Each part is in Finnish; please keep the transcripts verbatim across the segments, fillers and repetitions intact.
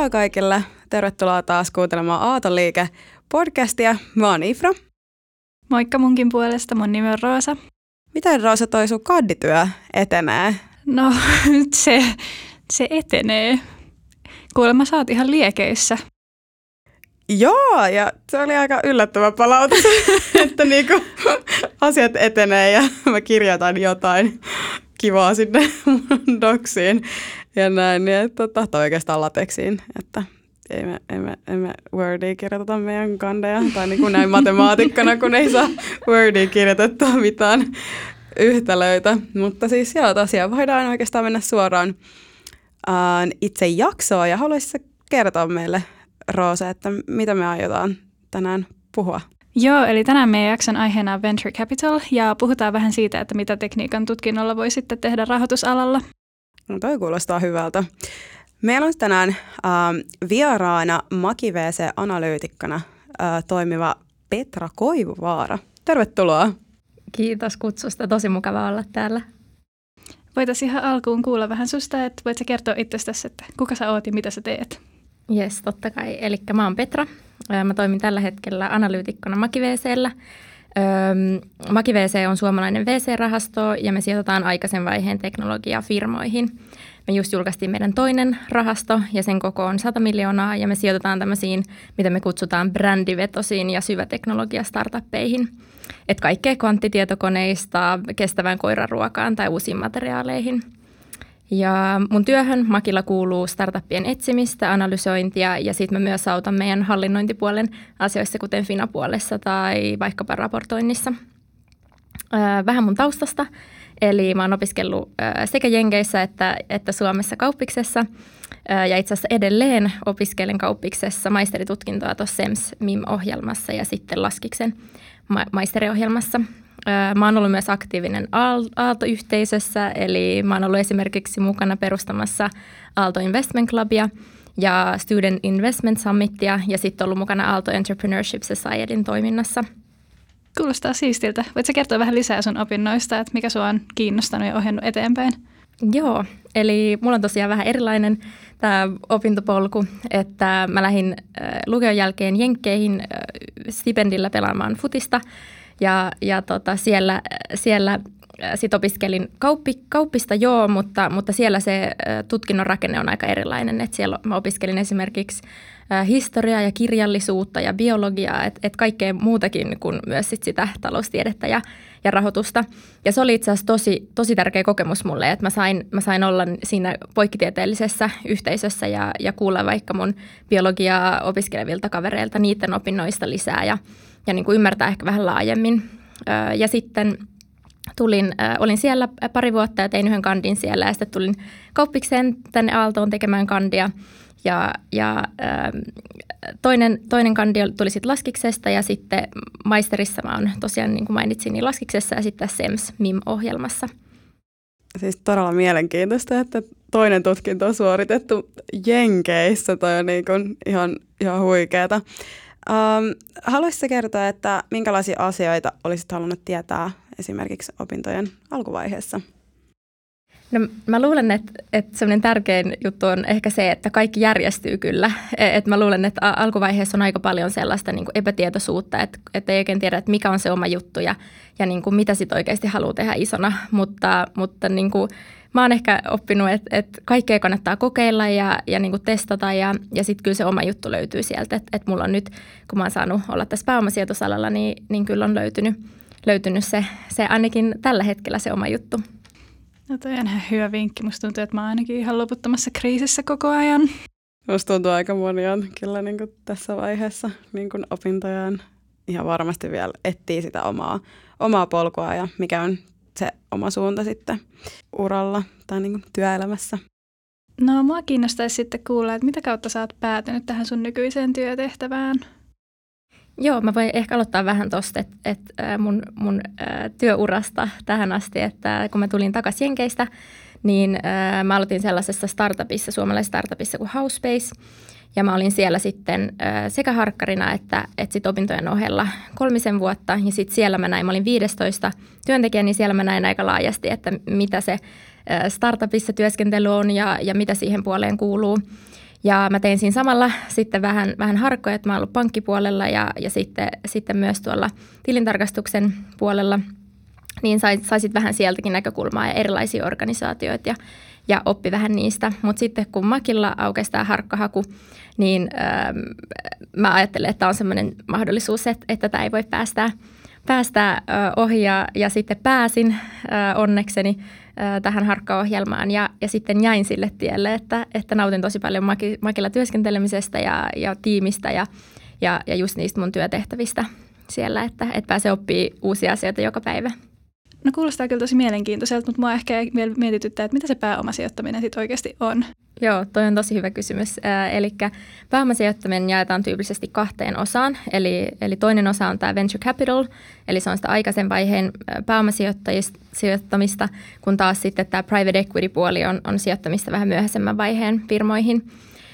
Hello kaikille. Tervetuloa taas kuuntelemaan Aaltoliike-podcastia. Mä oon Ifra. Moikka munkin puolesta. Mun nimi on Roosa. Miten Roosa toi sun kaddityö etenee? No se, se etenee. Kuulemma sä oot ihan liekeissä. Joo, ja se oli aika yllättävä palautus, että niinku asiat etenee ja mä kirjoitan jotain kivaa sinne mun doksiin ja näin, niin että tahtoo oikeastaan lateksiin, että ei me, ei me, ei me Wordia kirjoiteta meidän kandeja, tai niin kuin näin matemaatikkona, kun ei saa Wordia kirjoitettua mitään yhtälöitä. Mutta siis joo, tosiaan voidaan oikeastaan mennä suoraan ään, itse jaksoon, ja haluaisitko kertoa meille, Roosa, että mitä me aiotaan tänään puhua? Joo, eli tänään meidän jakson aiheena on Venture Capital, ja puhutaan vähän siitä, että mitä tekniikan tutkinnolla voi sitten tehdä rahoitusalalla. No toi kuulostaa hyvältä. Meillä on tänään äh, vieraana MakiVC-analyytikkana äh, toimiva Petra Koivuvaara. Tervetuloa. Kiitos kutsusta. Tosi mukava olla täällä. Voitaisiin ihan alkuun kuulla vähän susta, että voit sä kertoa itsestäsi, että kuka sä oot ja mitä sä teet? Jes, totta kai. Eli mä oon Petra. Mä toimin tällä hetkellä analyytikkona MakiVC:llä. MakiVC on suomalainen V C-rahasto ja me sijoitetaan aikaisen vaiheen teknologiafirmoihin. Me just julkaistiin meidän toinen rahasto ja sen koko on sata miljoonaa ja me sijoitetaan tämmöisiin, mitä me kutsutaan brändivetosiin ja syväteknologia-startuppeihin. Että kaikkea kvanttitietokoneista kestävään koiraruokaan tai uusiin materiaaleihin. Ja mun työhön Makilla kuuluu startuppien etsimistä, analysointia ja sitten mä myös autan meidän hallinnointipuolen asioissa, kuten Fina-puolessa tai vaikkapa raportoinnissa. Vähän mun taustasta, eli mä oon opiskellut sekä Jenkeissä että, että Suomessa kauppiksessa ja itse asiassa edelleen opiskelen kauppiksessa maisteritutkintoa tuossa S E M S-M I M-ohjelmassa ja sitten Laskiksen ma- maisteriohjelmassa. Mä oon ollut myös aktiivinen Aalto-yhteisössä, eli mä oon ollut esimerkiksi mukana perustamassa Aalto Investment Clubia ja Student Investment Summitia ja sitten ollut mukana Aalto Entrepreneurship Societyn toiminnassa. Kuulostaa siistiltä. Voitko kertoa vähän lisää sun opinnoista, että mikä sua on kiinnostanut ja ohjannut eteenpäin? Joo, eli mulla on tosiaan vähän erilainen tämä opintopolku, että mä lähdin lukion jälkeen Jenkkeihin stipendillä pelaamaan futista. Ja, ja tota, siellä, siellä sit opiskelin kauppi, kauppista joo, mutta, mutta siellä se tutkinnon rakenne on aika erilainen. Et siellä mä opiskelin esimerkiksi historiaa ja kirjallisuutta ja biologiaa, että et kaikkea muutakin kuin myös sit sitä taloustiedettä ja, ja rahoitusta. Ja se oli itse asiassa tosi, tosi tärkeä kokemus mulle, että mä sain, mä sain olla siinä poikkitieteellisessä yhteisössä ja, ja kuulla vaikka mun biologiaa opiskelevilta kavereilta niiden opinnoista lisää ja ja niin kuin ymmärtää ehkä vähän laajemmin. Ja sitten tulin, olin siellä pari vuotta ja tein yhden kandin siellä ja sitten tulin kauppikseen tänne Aaltoon tekemään kandia. Ja, ja toinen, toinen kandi tuli sitten Laskiksesta ja sitten maisterissa mä oon tosiaan, niin kuin mainitsin, niin Laskiksessa ja sitten S E M S-M I M-ohjelmassa. Siis todella mielenkiintoista, että toinen tutkinto on suoritettu Jenkeissä. Toi on niin kuin ihan, ihan huikeeta. Um, haluaisitko kertoa, että minkälaisia asioita olisit halunnut tietää esimerkiksi opintojen alkuvaiheessa? No, mä luulen, että, että semmoinen tärkein juttu on ehkä se, että kaikki järjestyy kyllä. Et mä luulen, että alkuvaiheessa on aika paljon sellaista niin kuin epätietoisuutta, että, että ei oikein tiedä, että mikä on se oma juttu ja, ja niin kuin mitä sit oikeasti haluaa tehdä isona. Mutta, mutta niin kuin mä oon ehkä oppinut, että, että kaikkea kannattaa kokeilla ja, ja niin kuin testata ja, ja sitten kyllä se oma juttu löytyy sieltä. Että, että mulla on nyt, kun mä oon saanut olla tässä pääomasijoitusalalla, niin, niin kyllä on löytynyt, löytynyt se, se ainakin tällä hetkellä se oma juttu. No toi on ihan hyvä vinkki. Musta tuntuu, että mä oon ainakin ihan loputtomassa kriisissä koko ajan. Musta tuntuu aika moni on kyllä niin kuin tässä vaiheessa niin kuin opintojaan ihan varmasti vielä etsii sitä omaa, omaa polkua ja mikä on se oma suunta sitten uralla tai niin kuin työelämässä. No mua kiinnostaisi sitten kuulla, että mitä kautta sä oot päätynyt tähän sun nykyiseen työtehtävään? Joo, mä voin ehkä aloittaa vähän tuosta, että et mun, mun ä, työurasta tähän asti, että kun mä tulin takaisin Jenkeistä, niin ä, mä aloitin sellaisessa startupissa, suomalaisessa startupissa kuin Housebase. Ja mä olin siellä sitten ä, sekä harkkarina että, että sit opintojen ohella kolmisen vuotta. Ja sitten siellä mä näin, mä olin viisitoista työntekijä, niin siellä mä näin aika laajasti, että mitä se ä, startupissa työskentely on ja, ja mitä siihen puoleen kuuluu. Ja mä tein siinä samalla sitten vähän, vähän harkkoja, että mä oon ollut pankkipuolella ja, ja sitten, sitten myös tuolla tilintarkastuksen puolella, niin sait, saisit vähän sieltäkin näkökulmaa ja erilaisia organisaatioita ja, ja oppi vähän niistä. Mutta sitten kun Makilla aukesi tämä harkkahaku, niin ähm, mä ajattelen, että on sellainen mahdollisuus, että, että tätä ei voi päästää, päästää äh, ohi ja, ja sitten pääsin äh, onnekseni äh, tähän harkkaohjelmaan ja, ja sitten jäin sille tielle, että, että nautin tosi paljon Maki, Makilla työskentelemisestä ja, ja tiimistä ja, ja, ja just niistä mun työtehtävistä siellä, että, että pääsee oppimaan uusia asioita joka päivä. No kuulostaa kyllä tosi mielenkiintoiselta, mutta mua ehkä mietityttää, että mitä se pääomasijoittaminen sitten oikeasti on. Joo, toi on tosi hyvä kysymys. Äh, eli pääomasijoittaminen jaetaan tyypillisesti kahteen osaan. Eli, eli toinen osa on tämä venture capital, eli se on sitä aikaisen vaiheen pääomasijoittamista, kun taas sitten tämä private equity puoli on, on sijoittamista vähän myöhäisemmän vaiheen firmoihin.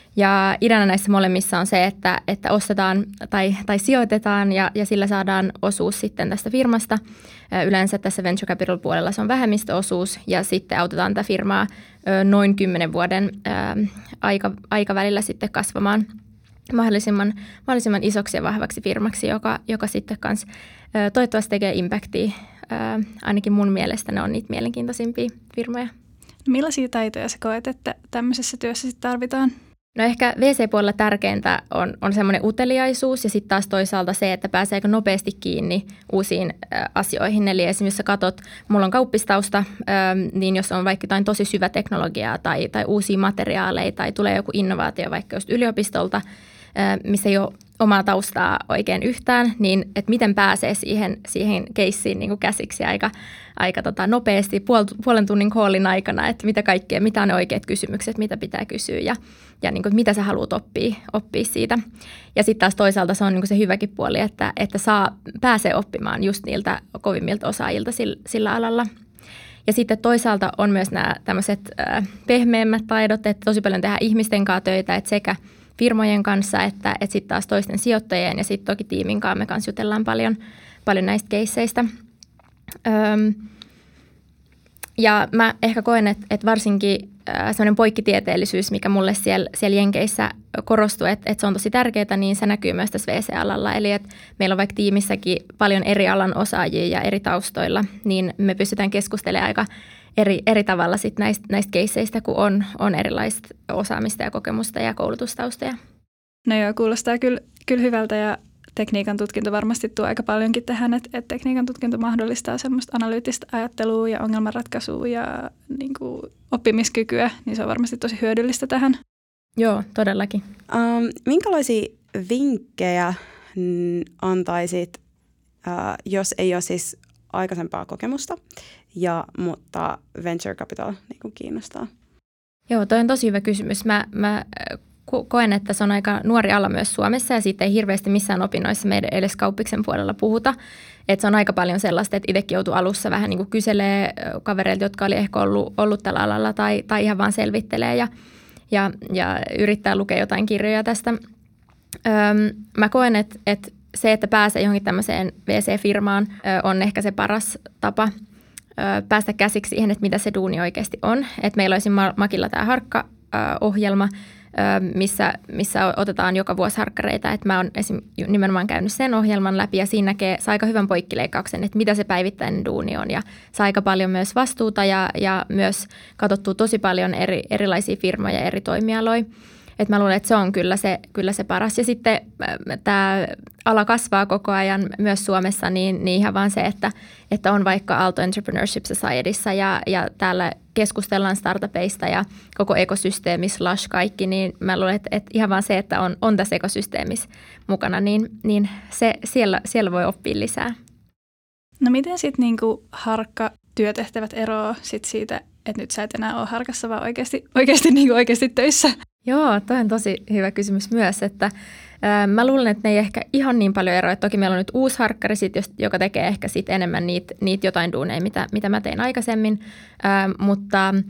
Ja ideana näissä molemmissa on se, että, että ostetaan tai, tai sijoitetaan ja, ja sillä saadaan osuus sitten tästä firmasta. Yleensä tässä venture capital puolella se on vähemmistöosuus ja sitten autetaan tätä firmaa noin kymmenen vuoden aika, aikavälillä sitten kasvamaan mahdollisimman, mahdollisimman isoksi ja vahvaksi firmaksi, joka, joka sitten kans toivottavasti tekee impactia. Ainakin mun mielestä ne on niitä mielenkiintoisimpia firmoja. Millaisia taitoja sä koet, että tämmöisessä työssä sitten tarvitaan? No ehkä V C-puolella tärkeintä on, on semmoinen uteliaisuus ja sitten taas toisaalta se, että pääsee aika nopeasti kiinni uusiin ä, asioihin. Eli esimerkiksi jos katsot, mulla on kauppistausta, ä, niin jos on vaikka jotain tosi syvä teknologiaa tai, tai uusia materiaaleja tai tulee joku innovaatio vaikka just yliopistolta, ä, missä ei ole omaa taustaa oikein yhtään, niin että miten pääsee siihen, siihen keissiin niin kuin käsiksi aika, aika tota, nopeasti puol, puolen tunnin callin aikana, että mitä kaikkea, mitä on ne oikeat kysymykset, mitä pitää kysyä ja, ja niin kuin, mitä sä haluat oppia, oppia siitä. Ja sitten taas toisaalta se on niin kuin se hyväkin puoli, että, että saa, pääsee oppimaan just niiltä kovimmilta osaajilta sillä, sillä alalla. Ja sitten toisaalta on myös nämä tämmöiset äh, pehmeämmät taidot, että tosi paljon tehdään ihmisten kanssa töitä, että sekä firmojen kanssa, että, että sitten taas toisten sijoittajien ja sitten toki tiimin kanssa me kanssa jutellaan paljon, paljon näistä keisseistä. Öm, ja mä ehkä koen, että, että varsinkin äh, sellainen poikkitieteellisyys, mikä mulle siellä, siellä Jenkeissä korostuu, että, että se on tosi tärkeää, niin se näkyy myös tässä V C-alalla. Eli että meillä on vaikka tiimissäkin paljon eri alan osaajia ja eri taustoilla, niin me pystytään keskustelemaan aika eri, eri tavalla sit näistä, näistä keisseistä, kun on, on erilaista osaamista ja kokemusta ja koulutustaustoja. No joo, kuulostaa kyllä, kyllä hyvältä ja tekniikan tutkinto varmasti tuo aika paljonkin tähän, että, että tekniikan tutkinto mahdollistaa semmoista analyyttistä ajattelua ja ongelmanratkaisua ja niin kuin oppimiskykyä, niin se on varmasti tosi hyödyllistä tähän. Joo, todellakin. Um, minkälaisia vinkkejä mm, antaisit, uh, jos ei ole siis aikaisempaa kokemusta, ja, mutta venture capital niin kuin kiinnostaa? Joo, toi on tosi hyvä kysymys. Mä, mä koen, että se on aika nuori ala myös Suomessa ja siitä ei hirveästi missään opinnoissa meidän edes kauppiksen puolella puhuta. Että se on aika paljon sellaista, että itsekin joutui alussa vähän niin kuin kyselee kavereilta, jotka oli ehkä ollut, ollut tällä alalla tai, tai ihan vaan selvittelee ja, ja, ja yrittää lukea jotain kirjoja tästä. Öm, mä koen, että, että se, että pääsee johonkin tämmöiseen V C-firmaan on ehkä se paras tapa päästä käsiksi siihen, että mitä se duuni oikeasti on. Et meillä olisi Makilla tämä harkka-ohjelma, missä, missä otetaan joka vuosi harkkareita. Et mä oon esim. Nimenomaan käynyt sen ohjelman läpi ja siinä näkee, saa aika hyvän poikkileikkauksen, että mitä se päivittäinen duuni on. Ja saa aika paljon myös vastuuta ja, ja myös katsottua tosi paljon eri, erilaisia firmoja ja eri toimialoja. Et mä luulen, että se on kyllä se, kyllä se paras. Ja sitten tämä ala kasvaa koko ajan myös Suomessa, niin, niin ihan vaan se, että, että on vaikka Aalto Entrepreneurship Societyssä ja, ja täällä keskustellaan startupeista ja koko ekosysteemi slash kaikki, niin mä luulen, että, että ihan vaan se, että on, on tässä ekosysteemissä mukana, niin, niin se, siellä, siellä voi oppia lisää. No miten sitten niinku harkka-työtehtävät eroaa sit siitä, että nyt sä et enää ole harkassa, vaan oikeasti, oikeasti, niinku oikeasti töissä? Joo, toi on tosi hyvä kysymys myös, että ää, mä luulen, että ne ei ehkä ihan niin paljon eroa. Toki meillä on nyt uusi harkkari, sit, joka tekee ehkä sit enemmän niitä niit jotain duuneja, mitä, mitä mä tein aikaisemmin, ää, mutta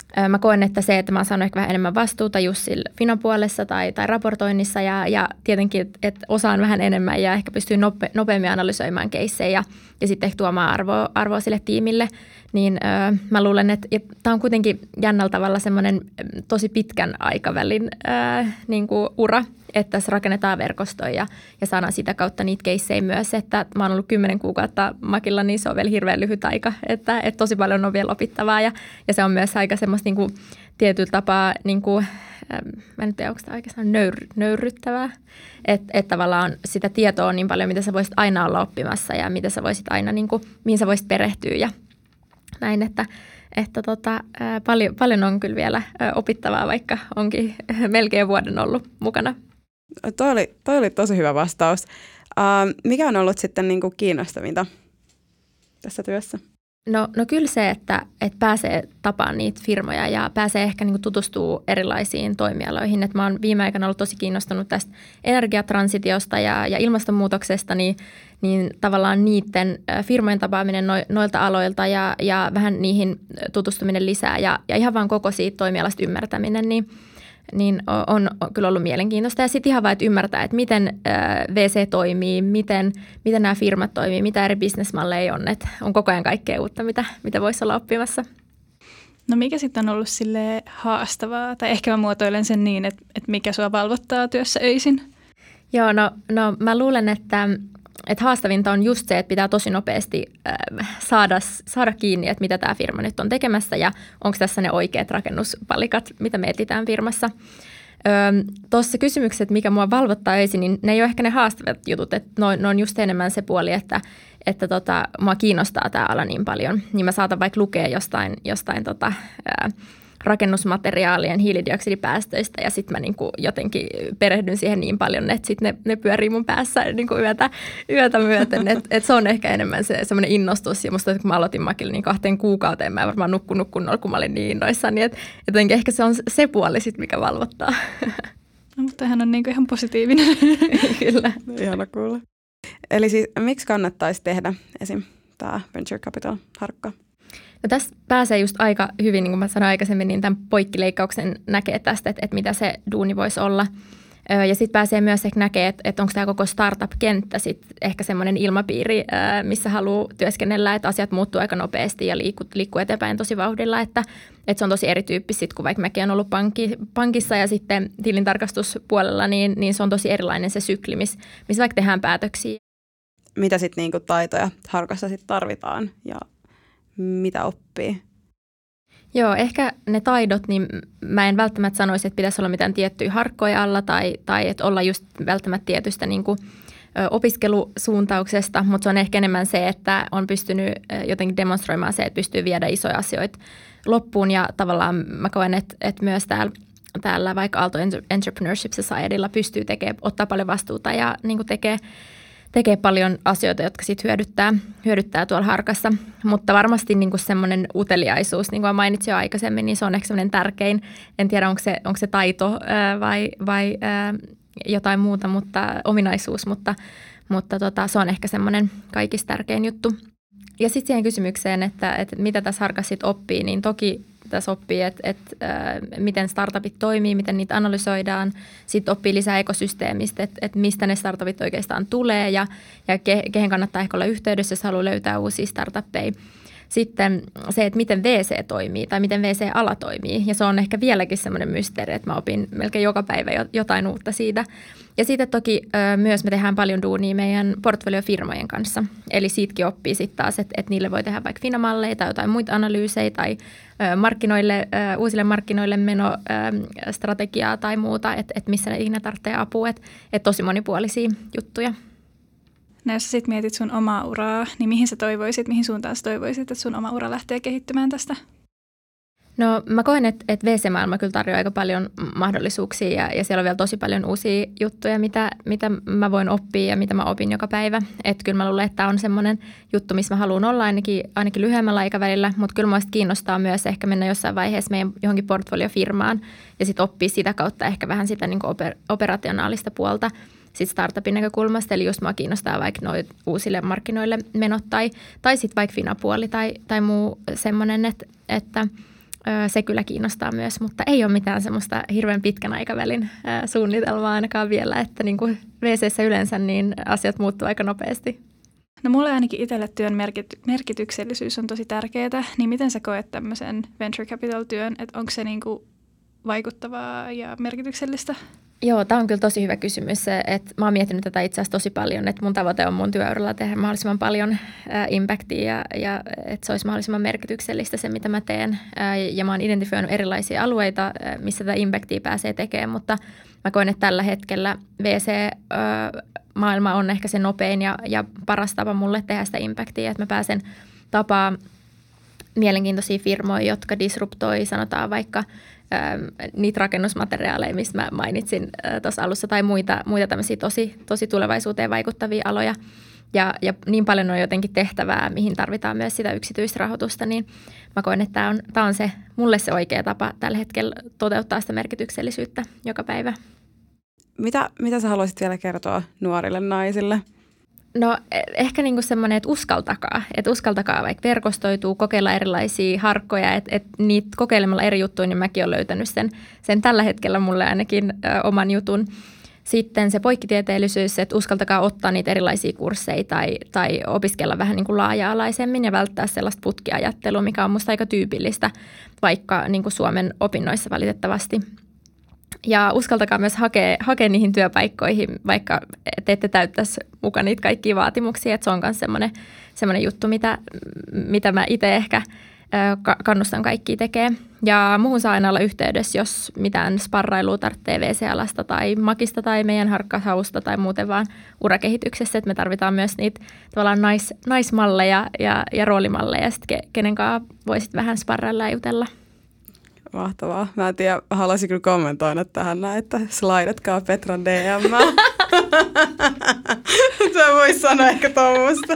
Mä koen, että se, että mä oon saanut ehkä vähän enemmän vastuuta just sillä Fina-puolessa tai, tai raportoinnissa ja, ja tietenkin, että osaan vähän enemmän ja ehkä pystyy nope, nopeammin analysoimaan keissejä ja, ja sitten ehkä tuomaan arvoa, arvoa sille tiimille, niin ö, mä luulen, että tämä on kuitenkin jännällä tavalla semmoinen tosi pitkän aikavälin ö, niin kuin ura, että tässä rakennetaan verkostoja ja, ja saadaan sitä kautta niitä keissejä myös, että mä oon ollut kymmenen kuukautta Makilla, niin se on vielä hirveän lyhyt aika, että, että tosi paljon on vielä opittavaa ja, ja se on myös aika semmoista niin kuin tietyllä tapaa, niin kuin, mä en tiedä, onko tämä oikeastaan nöyr, nöyryttävää, että, että tavallaan sitä tietoa on niin paljon, mitä sä voisit aina olla oppimassa ja mitä sä voisit aina, niin kuin, mihin sä voisit perehtyä ja näin, että Että tota, ää, paljon, paljon on kyllä vielä ää, opittavaa, vaikka onkin melkein vuoden ollut mukana. Toi oli, toi oli tosi hyvä vastaus. Uh, mikä on ollut sitten niin kuin kiinnostavinta tässä työssä? No, no kyllä se, että, että pääsee tapaamaan niitä firmoja ja pääsee ehkä niin kuin tutustuu erilaisiin toimialoihin. Et mä oon viime aikana ollut tosi kiinnostunut tästä energiatransitiosta ja, ja ilmastonmuutoksesta, niin, niin tavallaan niiden firmojen tapaaminen no, noilta aloilta ja, ja vähän niihin tutustuminen lisää ja, ja ihan vaan koko siitä toimialasta ymmärtäminen, niin niin on, on kyllä ollut mielenkiintoista. Ja sitten ihan vaan, että ymmärtää, että miten V C toimii, miten, miten nämä firmat toimii, mitä eri bisnesmalleja on. Että on koko ajan kaikkea uutta, mitä, mitä voisi olla oppimassa. No mikä sitten on ollut silleen haastavaa? Tai ehkä mä muotoilen sen niin, että, että mikä sua valvottaa työssä öisin? Joo, no, no mä luulen, että Että haastavinta on just se, että pitää tosi nopeasti äh, saada, saada kiinni, että mitä tämä firma nyt on tekemässä ja onko tässä ne oikeat rakennuspalikat, mitä me etsitään firmassa. Tuossa kysymykset, mikä mua valvottaa öisin, niin ne ei ole ehkä ne haastavat jutut, että ne, ne on just enemmän se puoli, että, että tota, mua kiinnostaa tämä ala niin paljon. Niin mä saatan vaikka lukea jostain, jostain tota, ää, rakennusmateriaalien hiilidioksidipäästöistä ja sitten mä niinku jotenkin perehdyn siihen niin paljon, että sitten ne, ne pyörii mun päässä niinku yötä, yötä myöten. Että et se on ehkä enemmän se semmoinen innostus. Ja musta, että kun mä aloitin Makilla, niin kahteen kuukauteen mä en varmaan nukkunut kunnolla, kun mä olin niin innoissani. Niin että jotenkin ehkä se on se puoli sit, mikä valvottaa. No, mutta hän on niinku ihan positiivinen. Kyllä. Ihana kuulla. Eli siis miksi kannattaisi tehdä esim. Tämä Venture Capital-harkka? No tässä pääsee just aika hyvin, niin kuin mä sanoin aikaisemmin, niin tämän poikkileikkauksen näkee tästä, että, että mitä se duuni voisi olla. Ja sitten pääsee myös ehkä näkee, että, että onko tämä koko startup-kenttä sitten ehkä semmoinen ilmapiiri, missä haluaa työskennellä, että asiat muuttuu aika nopeasti ja liikkuu, liikkuu eteenpäin tosi vauhdilla, että, että se on tosi erityyppistä, kun vaikka mäkin olen ollut pankki, pankissa ja sitten tilintarkastuspuolella, niin, niin se on tosi erilainen se sykli, missä, missä vaikka tehdään päätöksiä. Mitä sitten niinku taitoja harkassa sit tarvitaan ja mitä oppii? Joo, ehkä ne taidot, niin mä en välttämättä sanoisi, että pitäisi olla mitään tiettyjä harkkoja alla tai, tai että olla just välttämättä tietystä niin kuin, ö, opiskelusuuntauksesta, mutta se on ehkä enemmän se, että on pystynyt jotenkin demonstroimaan se, että pystyy viedä isoja asioita loppuun ja tavallaan mä koen, että, että myös täällä, täällä vaikka Aalto Entrepreneurship Societylla pystyy tekemään, ottaa paljon vastuuta ja niin kuin tekee tekee paljon asioita, jotka sitten hyödyttää, hyödyttää tuolla harkassa, mutta varmasti niinku semmoinen uteliaisuus, niin kuin mainitsin jo aikaisemmin, niin se on ehkä semmoinen tärkein. En tiedä, onko se, onko se taito ää, vai, vai ää, jotain muuta, mutta ominaisuus, mutta, mutta tota, se on ehkä semmoinen kaikista tärkein juttu. Ja sitten siihen kysymykseen, että, että mitä tässä harkassa sit oppii, niin toki tässä oppii, että, että äh, miten startupit toimii, miten niitä analysoidaan. Sitten oppii lisää ekosysteemistä, että, että mistä ne startupit oikeastaan tulee ja, ja ke, kehen kannattaa ehkä olla yhteydessä, jos haluaa löytää uusia startuppeja. Sitten se, että miten V C toimii tai miten V C-ala toimii. Ja se on ehkä vieläkin semmoinen mysteeri, että mä opin melkein joka päivä jotain uutta siitä. Ja siitä toki ö, myös me tehdään paljon duunia meidän portfoliofirmojen kanssa. Eli siitäkin oppii sitten taas, että, että niille voi tehdä vaikka finamalleja tai jotain muita analyysejä tai ö, markkinoille, ö, uusille markkinoille menostrategiaa tai muuta, että, että missä ne ikinä tarvitsee apua. Että, että tosi monipuolisia juttuja. No jos sä sit mietit sun omaa uraa, niin mihin sä toivoisit, mihin suuntaan sä toivoisit, että sun oma ura lähtee kehittymään tästä? No mä koen, että, että V C-maailma kyllä tarjoaa aika paljon mahdollisuuksia ja, ja siellä on vielä tosi paljon uusia juttuja, mitä, mitä mä voin oppia ja mitä mä opin joka päivä. Että kyllä mä luulen, että tämä on semmoinen juttu, missä mä haluan olla ainakin, ainakin lyhyemmällä aikavälillä, mutta kyllä mä kiinnostaa myös ehkä mennä jossain vaiheessa meidän johonkin portfoliofirmaan ja sitten oppia sitä kautta ehkä vähän sitä niin kuin oper- operationaalista puolta. Sitten startupin näkökulmasta, eli just mua kiinnostaa vaikka noit uusille markkinoille menot tai, tai sitten vaikka finapuoli tai, tai muu semmoinen, että, että Se kyllä kiinnostaa myös, mutta ei ole mitään semmoista hirveän pitkän aikavälin suunnitelmaa ainakaan vielä, että niin kuin V C:ssä yleensä niin asiat muuttuu aika nopeasti. No mulle ainakin itselle työn merkity- merkityksellisyys on tosi tärkeää, niin miten sä koet tämmöisen venture capital-työn, että onko se niin kuin vaikuttavaa ja merkityksellistä? Joo, tämä on kyllä tosi hyvä kysymys. Että mä oon miettinyt tätä itse asiassa tosi paljon, että mun tavoite on mun työuralla tehdä mahdollisimman paljon impactia ja, ja että se olisi mahdollisimman merkityksellistä se, mitä mä teen. Ja mä oon identifioinut erilaisia alueita, missä tätä impactia pääsee tekemään, mutta mä koen, että tällä hetkellä V C-maailma on ehkä se nopein ja, ja paras tapa mulle tehdä sitä impactia, että mä pääsen tapaamaan mielenkiintoisia firmoja, jotka disruptoi, sanotaan vaikka niitä rakennusmateriaaleja, mistä mä mainitsin tuossa alussa, tai muita, muita tämmöisiä tosi, tosi tulevaisuuteen vaikuttavia aloja. Ja, ja niin paljon on jotenkin tehtävää, mihin tarvitaan myös sitä yksityisrahoitusta, niin mä koen, että tämä on, tämä on se, mulle se oikea tapa tällä hetkellä toteuttaa sitä merkityksellisyyttä joka päivä. Mitä, mitä sä haluaisit vielä kertoa nuorille naisille? No ehkä niinku semmoinen, että uskaltakaa, että uskaltakaa vaikka verkostoituu, kokeilla erilaisia harkkoja, että et niitä kokeilemalla eri juttuja, niin mäkin olen löytänyt sen, sen tällä hetkellä mulle ainakin ö, oman jutun. Sitten se poikkitieteellisyys, että uskaltakaa ottaa niitä erilaisia kursseja tai, tai opiskella vähän niin kuin laaja-alaisemmin ja välttää sellaista putkiajattelua, mikä on musta aika tyypillistä vaikka niin kuin Suomen opinnoissa valitettavasti. Ja uskaltakaa myös hakea, hakea niihin työpaikkoihin, vaikka te ette täyttäisi mukaan niitä kaikkia vaatimuksia. Että se on myös semmoinen, semmoinen juttu, mitä, mitä mä itse ehkä kannustan kaikkia tekemään. Ja muuhun saa aina olla yhteydessä, jos mitään sparrailua tarvitsee V C-alasta tai makista tai meidän harkkahausta tai muuten vaan urakehityksessä. Että me tarvitaan myös niitä tavallaan nais, naismalleja ja, ja roolimalleja, sit kenen kanssa voisit vähän sparrailla ja jutella. Mahtavaa. Mä en tiedä, haluaisin kyllä kommentoida tähän näin, että slaidatkaa Petran D M. Sä vois sanoa ehkä tuommoista.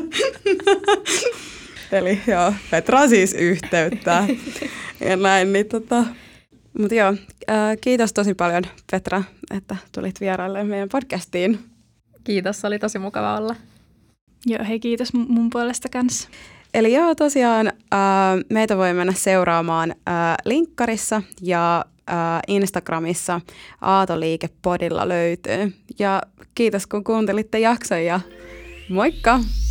Eli joo, Petra siis yhteyttää. Ja näin, niin tota. Mutta joo, ää, kiitos tosi paljon Petra, että tulit vieraille meidän podcastiin. Kiitos, oli tosi mukava olla. Joo, hei kiitos mun puolesta kanssa. Eli joo, tosiaan ää, meitä voi mennä seuraamaan ää, linkkarissa ja ää, Instagramissa Aaltoliike Podilla löytyy. Ja kiitos kun kuuntelitte jakson ja moikka!